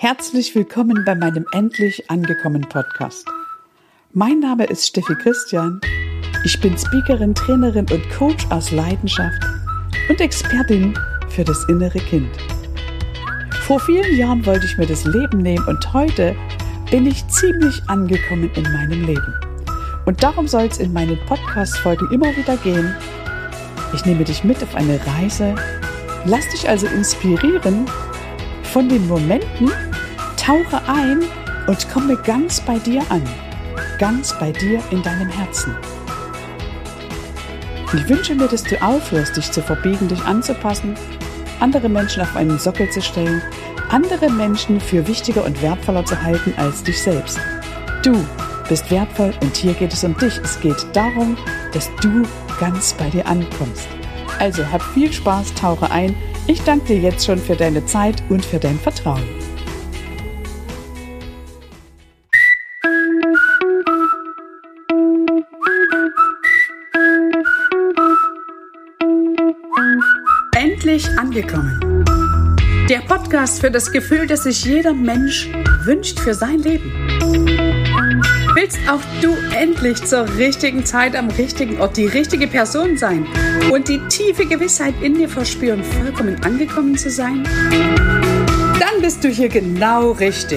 Herzlich willkommen bei meinem Endlich angekommen Podcast. Mein Name ist Steffi Christian. Ich bin Speakerin, Trainerin und Coach aus Leidenschaft und Expertin für das innere Kind. Vor vielen Jahren wollte ich mir das Leben nehmen und heute bin ich ziemlich angekommen in meinem Leben. Und darum soll es in meinen Podcast-Folgen immer wieder gehen. Ich nehme dich mit auf eine Reise, lass dich also inspirieren von den Momenten, tauche ein und komme ganz bei dir an, ganz bei dir in deinem Herzen. Ich wünsche mir, dass du aufhörst, dich zu verbiegen, dich anzupassen, andere Menschen auf einen Sockel zu stellen, andere Menschen für wichtiger und wertvoller zu halten als dich selbst. Du bist wertvoll und hier geht es um dich. Es geht darum, dass du ganz bei dir ankommst. Also hab viel Spaß, tauche ein. Ich danke dir jetzt schon für deine Zeit und für dein Vertrauen. Endlich angekommen. Der Podcast für das Gefühl, das sich jeder Mensch wünscht für sein Leben. Willst auch du endlich zur richtigen Zeit am richtigen Ort die richtige Person sein und die tiefe Gewissheit in dir verspüren, vollkommen angekommen zu sein? Dann bist du hier genau richtig.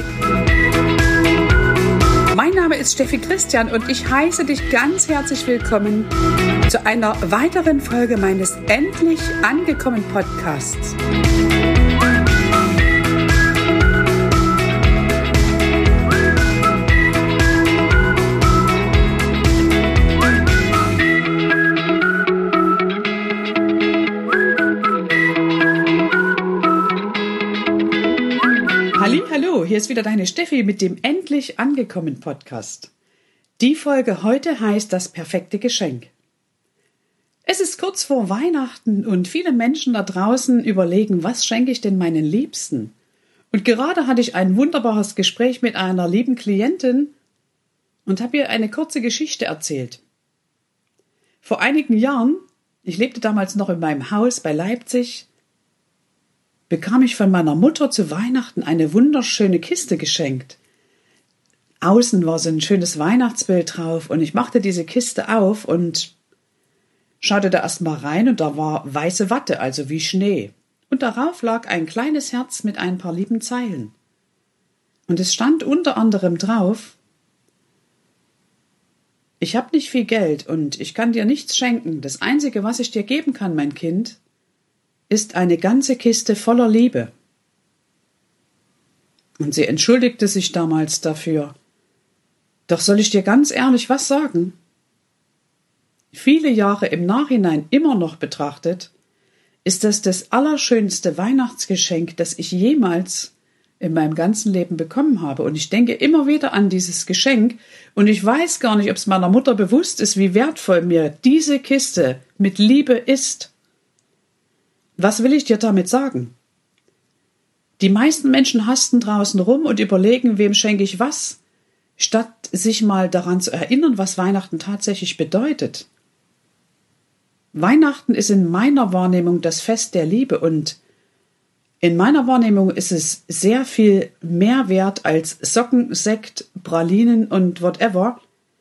Mein Name ist Steffi Christian und ich heiße dich ganz herzlich willkommen zu einer weiteren Folge meines Endlich angekommen Podcasts. Hallo, hier ist wieder deine Steffi mit dem Endlich angekommen Podcast. Die Folge heute heißt das perfekte Geschenk. Es ist kurz vor Weihnachten und viele Menschen da draußen überlegen, was schenke ich denn meinen Liebsten? Und gerade hatte ich ein wunderbares Gespräch mit einer lieben Klientin und habe ihr eine kurze Geschichte erzählt. Vor einigen Jahren, ich lebte damals noch in meinem Haus bei Leipzig, bekam ich von meiner Mutter zu Weihnachten eine wunderschöne Kiste geschenkt. Außen war so ein schönes Weihnachtsbild drauf und ich machte diese Kiste auf und schaute da erst mal rein und da war weiße Watte, also wie Schnee. Und darauf lag ein kleines Herz mit ein paar lieben Zeilen. Und es stand unter anderem drauf: Ich habe nicht viel Geld und ich kann dir nichts schenken. Das Einzige, was ich dir geben kann, mein Kind, ist eine ganze Kiste voller Liebe. Und sie entschuldigte sich damals dafür. Doch soll ich dir ganz ehrlich was sagen? Viele Jahre im Nachhinein immer noch betrachtet, ist das allerschönste Weihnachtsgeschenk, das ich jemals in meinem ganzen Leben bekommen habe. Und ich denke immer wieder an dieses Geschenk und ich weiß gar nicht, ob es meiner Mutter bewusst ist, wie wertvoll mir diese Kiste mit Liebe ist. Was will ich dir damit sagen? Die meisten Menschen hasten draußen rum und überlegen, wem schenke ich was, statt sich mal daran zu erinnern, was Weihnachten tatsächlich bedeutet. Weihnachten ist in meiner Wahrnehmung das Fest der Liebe und in meiner Wahrnehmung ist es sehr viel mehr wert als Socken, Sekt, Pralinen und whatever.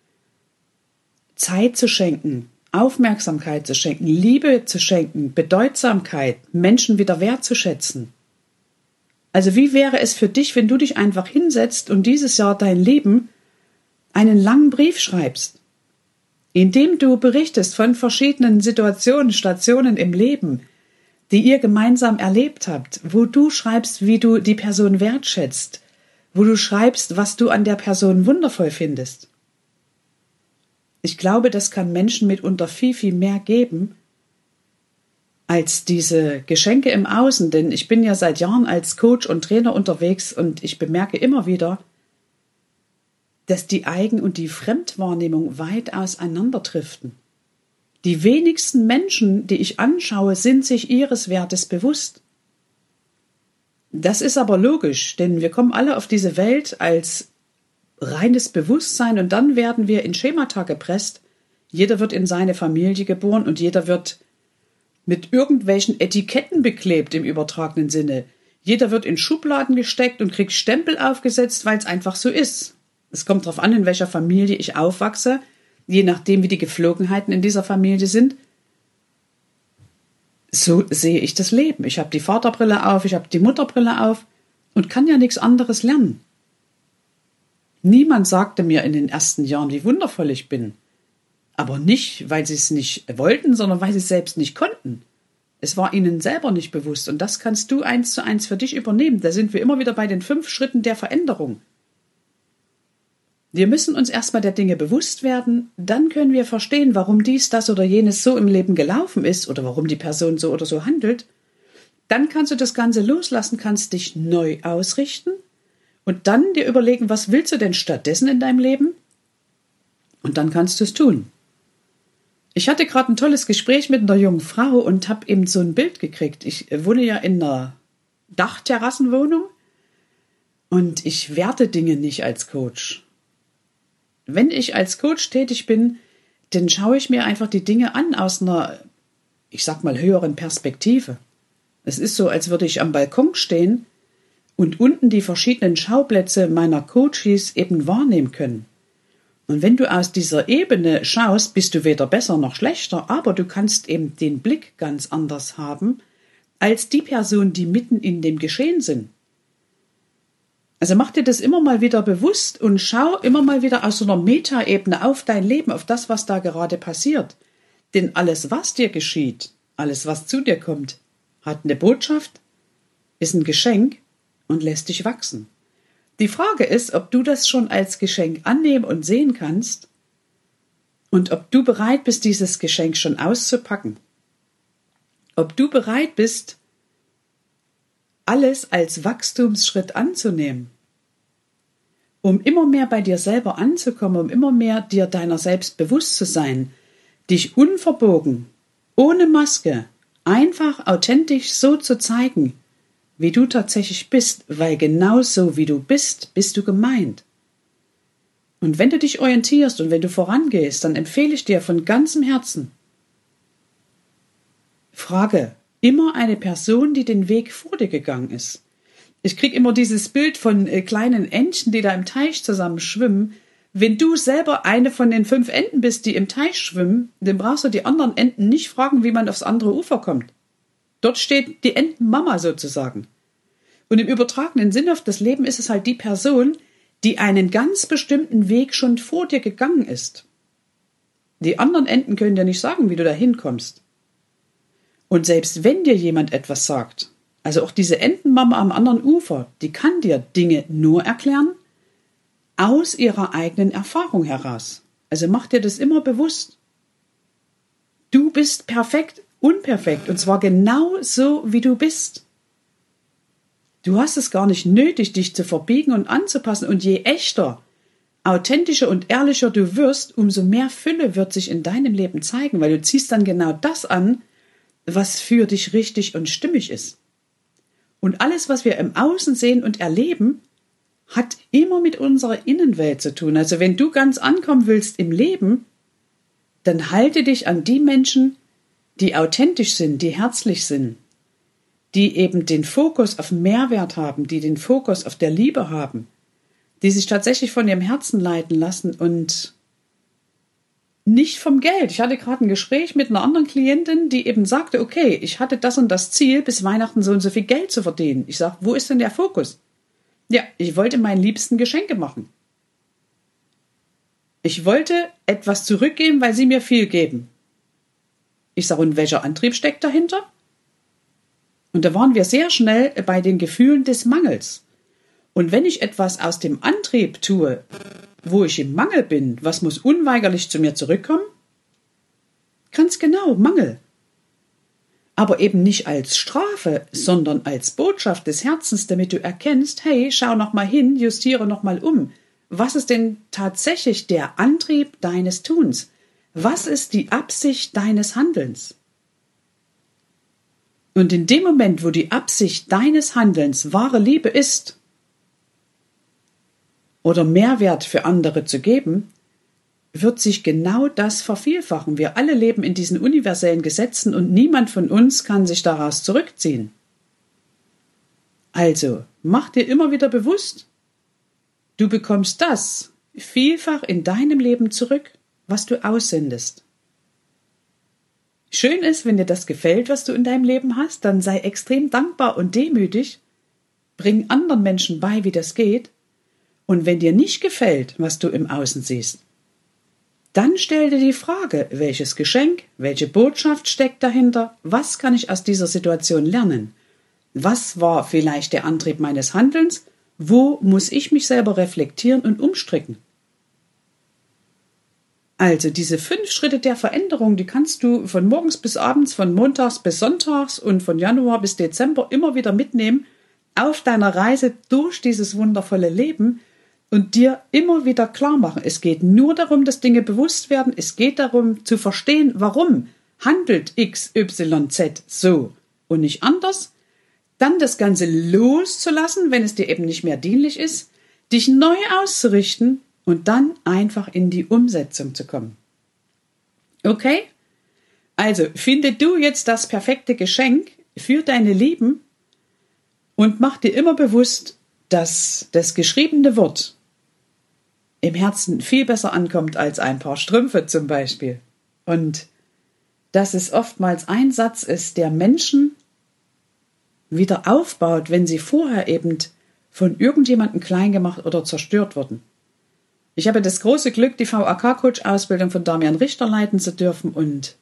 Zeit zu schenken, Aufmerksamkeit zu schenken, Liebe zu schenken, Bedeutsamkeit, Menschen wieder wertzuschätzen. Also wie wäre es für dich, wenn du dich einfach hinsetzt und dieses Jahr dein Leben einen langen Brief schreibst, in dem du berichtest von verschiedenen Situationen, Stationen im Leben, die ihr gemeinsam erlebt habt, wo du schreibst, wie du die Person wertschätzt, wo du schreibst, was du an der Person wundervoll findest. Ich glaube, das kann Menschen mitunter viel, viel mehr geben als diese Geschenke im Außen, denn ich bin ja seit Jahren als Coach und Trainer unterwegs und ich bemerke immer wieder, dass die Eigen- und die Fremdwahrnehmung weit auseinanderdriften. Die wenigsten Menschen, die ich anschaue, sind sich ihres Wertes bewusst. Das ist aber logisch, denn wir kommen alle auf diese Welt als reines Bewusstsein und dann werden wir in Schemata gepresst. Jeder wird in seine Familie geboren und jeder wird mit irgendwelchen Etiketten beklebt im übertragenen Sinne. Jeder wird in Schubladen gesteckt und kriegt Stempel aufgesetzt, weil es einfach so ist. Es kommt darauf an, in welcher Familie ich aufwachse, je nachdem, wie die Geflogenheiten in dieser Familie sind. So sehe ich das Leben. Ich habe die Vaterbrille auf, ich habe die Mutterbrille auf und kann ja nichts anderes lernen. Niemand sagte mir in den ersten Jahren, wie wundervoll ich bin. Aber nicht, weil sie es nicht wollten, sondern weil sie es selbst nicht konnten. Es war ihnen selber nicht bewusst und das kannst du 1:1 für dich übernehmen. Da sind wir immer wieder bei den 5 Schritten der Veränderung. Wir müssen uns erstmal der Dinge bewusst werden, dann können wir verstehen, warum dies, das oder jenes so im Leben gelaufen ist oder warum die Person so oder so handelt. Dann kannst du das Ganze loslassen, kannst dich neu ausrichten und dann dir überlegen, was willst du denn stattdessen in deinem Leben? Und dann kannst du es tun. Ich hatte gerade ein tolles Gespräch mit einer jungen Frau und habe eben so ein Bild gekriegt. Ich wohne ja in einer Dachterrassenwohnung und ich werte Dinge nicht als Coach. Wenn ich als Coach tätig bin, dann schaue ich mir einfach die Dinge an aus einer, ich sag mal, höheren Perspektive. Es ist so, als würde ich am Balkon stehen und unten die verschiedenen Schauplätze meiner Coaches eben wahrnehmen können. Und wenn du aus dieser Ebene schaust, bist du weder besser noch schlechter, aber du kannst eben den Blick ganz anders haben, als die Personen, die mitten in dem Geschehen sind. Also mach dir das immer mal wieder bewusst und schau immer mal wieder aus so einer Metaebene auf dein Leben, auf das, was da gerade passiert. Denn alles, was dir geschieht, alles, was zu dir kommt, hat eine Botschaft, ist ein Geschenk und lässt dich wachsen. Die Frage ist, ob du das schon als Geschenk annehmen und sehen kannst und ob du bereit bist, dieses Geschenk schon auszupacken. Ob du bereit bist, alles als Wachstumsschritt anzunehmen, um immer mehr bei dir selber anzukommen, um immer mehr dir deiner selbst bewusst zu sein, dich unverbogen, ohne Maske, einfach authentisch so zu zeigen, wie du tatsächlich bist, weil genau so wie du bist, bist du gemeint. Und wenn du dich orientierst und wenn du vorangehst, dann empfehle ich dir von ganzem Herzen, frage immer eine Person, die den Weg vor dir gegangen ist. Ich kriege immer dieses Bild von kleinen Entchen, die da im Teich zusammen schwimmen. Wenn du selber eine von den 5 Enten bist, die im Teich schwimmen, dann brauchst du die anderen Enten nicht fragen, wie man aufs andere Ufer kommt. Dort steht die Entenmama sozusagen. Und im übertragenen Sinn auf das Leben ist es halt die Person, die einen ganz bestimmten Weg schon vor dir gegangen ist. Die anderen Enten können dir nicht sagen, wie du da hinkommst. Und selbst wenn dir jemand etwas sagt, also auch diese Entenmama am anderen Ufer, die kann dir Dinge nur erklären, aus ihrer eigenen Erfahrung heraus. Also mach dir das immer bewusst. Du bist perfekt, unperfekt, und zwar genau so, wie du bist. Du hast es gar nicht nötig, dich zu verbiegen und anzupassen, und je echter, authentischer und ehrlicher du wirst, umso mehr Fülle wird sich in deinem Leben zeigen, weil du ziehst dann genau das an, was für dich richtig und stimmig ist. Und alles, was wir im Außen sehen und erleben, hat immer mit unserer Innenwelt zu tun. Also wenn du ganz ankommen willst im Leben, dann halte dich an die Menschen, die authentisch sind, die herzlich sind, die eben den Fokus auf Mehrwert haben, die den Fokus auf der Liebe haben, die sich tatsächlich von ihrem Herzen leiten lassen und nicht vom Geld. Ich hatte gerade ein Gespräch mit einer anderen Klientin, die eben sagte, okay, ich hatte das und das Ziel, bis Weihnachten so und so viel Geld zu verdienen. Ich sage, wo ist denn der Fokus? Ja, ich wollte meinen Liebsten Geschenke machen. Ich wollte etwas zurückgeben, weil sie mir viel geben. Ich sage, und welcher Antrieb steckt dahinter? Und da waren wir sehr schnell bei den Gefühlen des Mangels. Und wenn ich etwas aus dem Antrieb tue, wo ich im Mangel bin, was muss unweigerlich zu mir zurückkommen? Ganz genau, Mangel. Aber eben nicht als Strafe, sondern als Botschaft des Herzens, damit du erkennst, hey, schau noch mal hin, justiere noch mal um. Was ist denn tatsächlich der Antrieb deines Tuns? Was ist die Absicht deines Handelns? Und in dem Moment, wo die Absicht deines Handelns wahre Liebe ist oder Mehrwert für andere zu geben, wird sich genau das vervielfachen. Wir alle leben in diesen universellen Gesetzen und niemand von uns kann sich daraus zurückziehen. Also, mach dir immer wieder bewusst, du bekommst das vielfach in deinem Leben zurück, was du aussendest. Schön ist, wenn dir das gefällt, was du in deinem Leben hast, dann sei extrem dankbar und demütig, bring anderen Menschen bei, wie das geht, und wenn dir nicht gefällt, was du im Außen siehst, dann stell dir die Frage, welches Geschenk, welche Botschaft steckt dahinter, was kann ich aus dieser Situation lernen? Was war vielleicht der Antrieb meines Handelns? Wo muss ich mich selber reflektieren und umstricken? Also diese 5 Schritte der Veränderung, die kannst du von morgens bis abends, von montags bis sonntags und von Januar bis Dezember immer wieder mitnehmen auf deiner Reise durch dieses wundervolle Leben und dir immer wieder klar machen. Es geht nur darum, dass Dinge bewusst werden. Es geht darum zu verstehen, warum handelt X, Y, Z so und nicht anders. Dann das Ganze loszulassen, wenn es dir eben nicht mehr dienlich ist, dich neu auszurichten und dann einfach in die Umsetzung zu kommen. Okay? Also finde du jetzt das perfekte Geschenk für deine Lieben und mach dir immer bewusst, dass das geschriebene Wort im Herzen viel besser ankommt als ein paar Strümpfe zum Beispiel. Und dass es oftmals ein Satz ist, der Menschen wieder aufbaut, wenn sie vorher eben von irgendjemandem klein gemacht oder zerstört wurden. Ich habe das große Glück, die VAK-Coach-Ausbildung von Damian Richter leiten zu dürfen und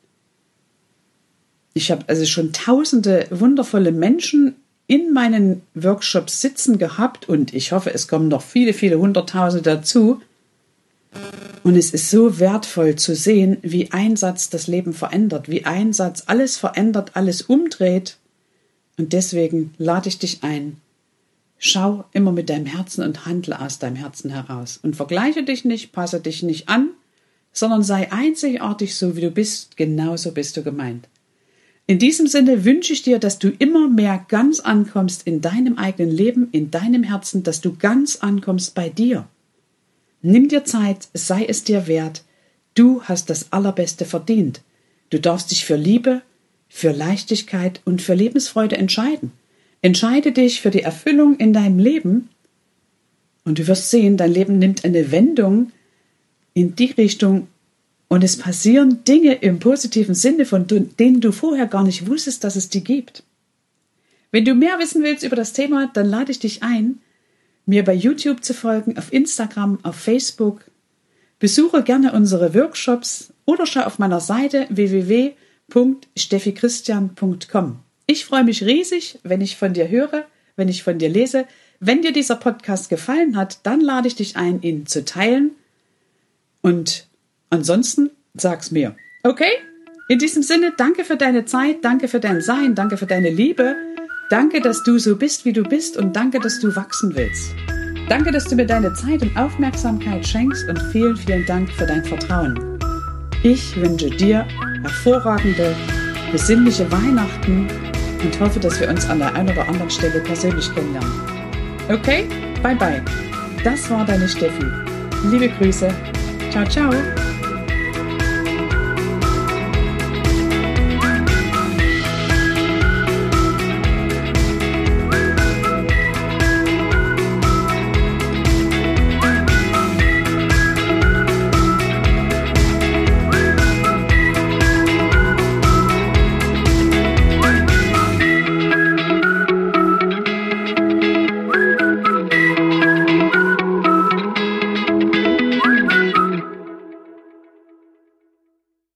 ich habe also schon tausende wundervolle Menschen in meinen Workshops sitzen gehabt und ich hoffe, es kommen noch viele, viele Hunderttausende dazu. Und es ist so wertvoll zu sehen, wie ein Satz das Leben verändert, wie ein Satz alles verändert, alles umdreht. Und deswegen lade ich dich ein, schau immer mit deinem Herzen und handle aus deinem Herzen heraus. Und vergleiche dich nicht, passe dich nicht an, sondern sei einzigartig so, wie du bist, genauso bist du gemeint. In diesem Sinne wünsche ich dir, dass du immer mehr ganz ankommst in deinem eigenen Leben, in deinem Herzen, dass du ganz ankommst bei dir. Nimm dir Zeit, sei es dir wert. Du hast das Allerbeste verdient. Du darfst dich für Liebe, für Leichtigkeit und für Lebensfreude entscheiden. Entscheide dich für die Erfüllung in deinem Leben und du wirst sehen, dein Leben nimmt eine Wendung in die Richtung und es passieren Dinge im positiven Sinne, von denen du vorher gar nicht wusstest, dass es die gibt. Wenn du mehr wissen willst über das Thema, dann lade ich dich ein, mir bei YouTube zu folgen, auf Instagram, auf Facebook. Besuche gerne unsere Workshops oder schau auf meiner Seite www.steffichristian.com. Ich freue mich riesig, wenn ich von dir höre, wenn ich von dir lese. Wenn dir dieser Podcast gefallen hat, dann lade ich dich ein, ihn zu teilen. Und ansonsten sag's mir. Okay? In diesem Sinne, danke für deine Zeit, danke für dein Sein, danke für deine Liebe. Danke, dass du so bist, wie du bist und danke, dass du wachsen willst. Danke, dass du mir deine Zeit und Aufmerksamkeit schenkst und vielen, vielen Dank für dein Vertrauen. Ich wünsche dir hervorragende, besinnliche Weihnachten und hoffe, dass wir uns an der einen oder anderen Stelle persönlich kennenlernen. Okay? Bye bye. Das war deine Steffi. Liebe Grüße. Ciao, ciao.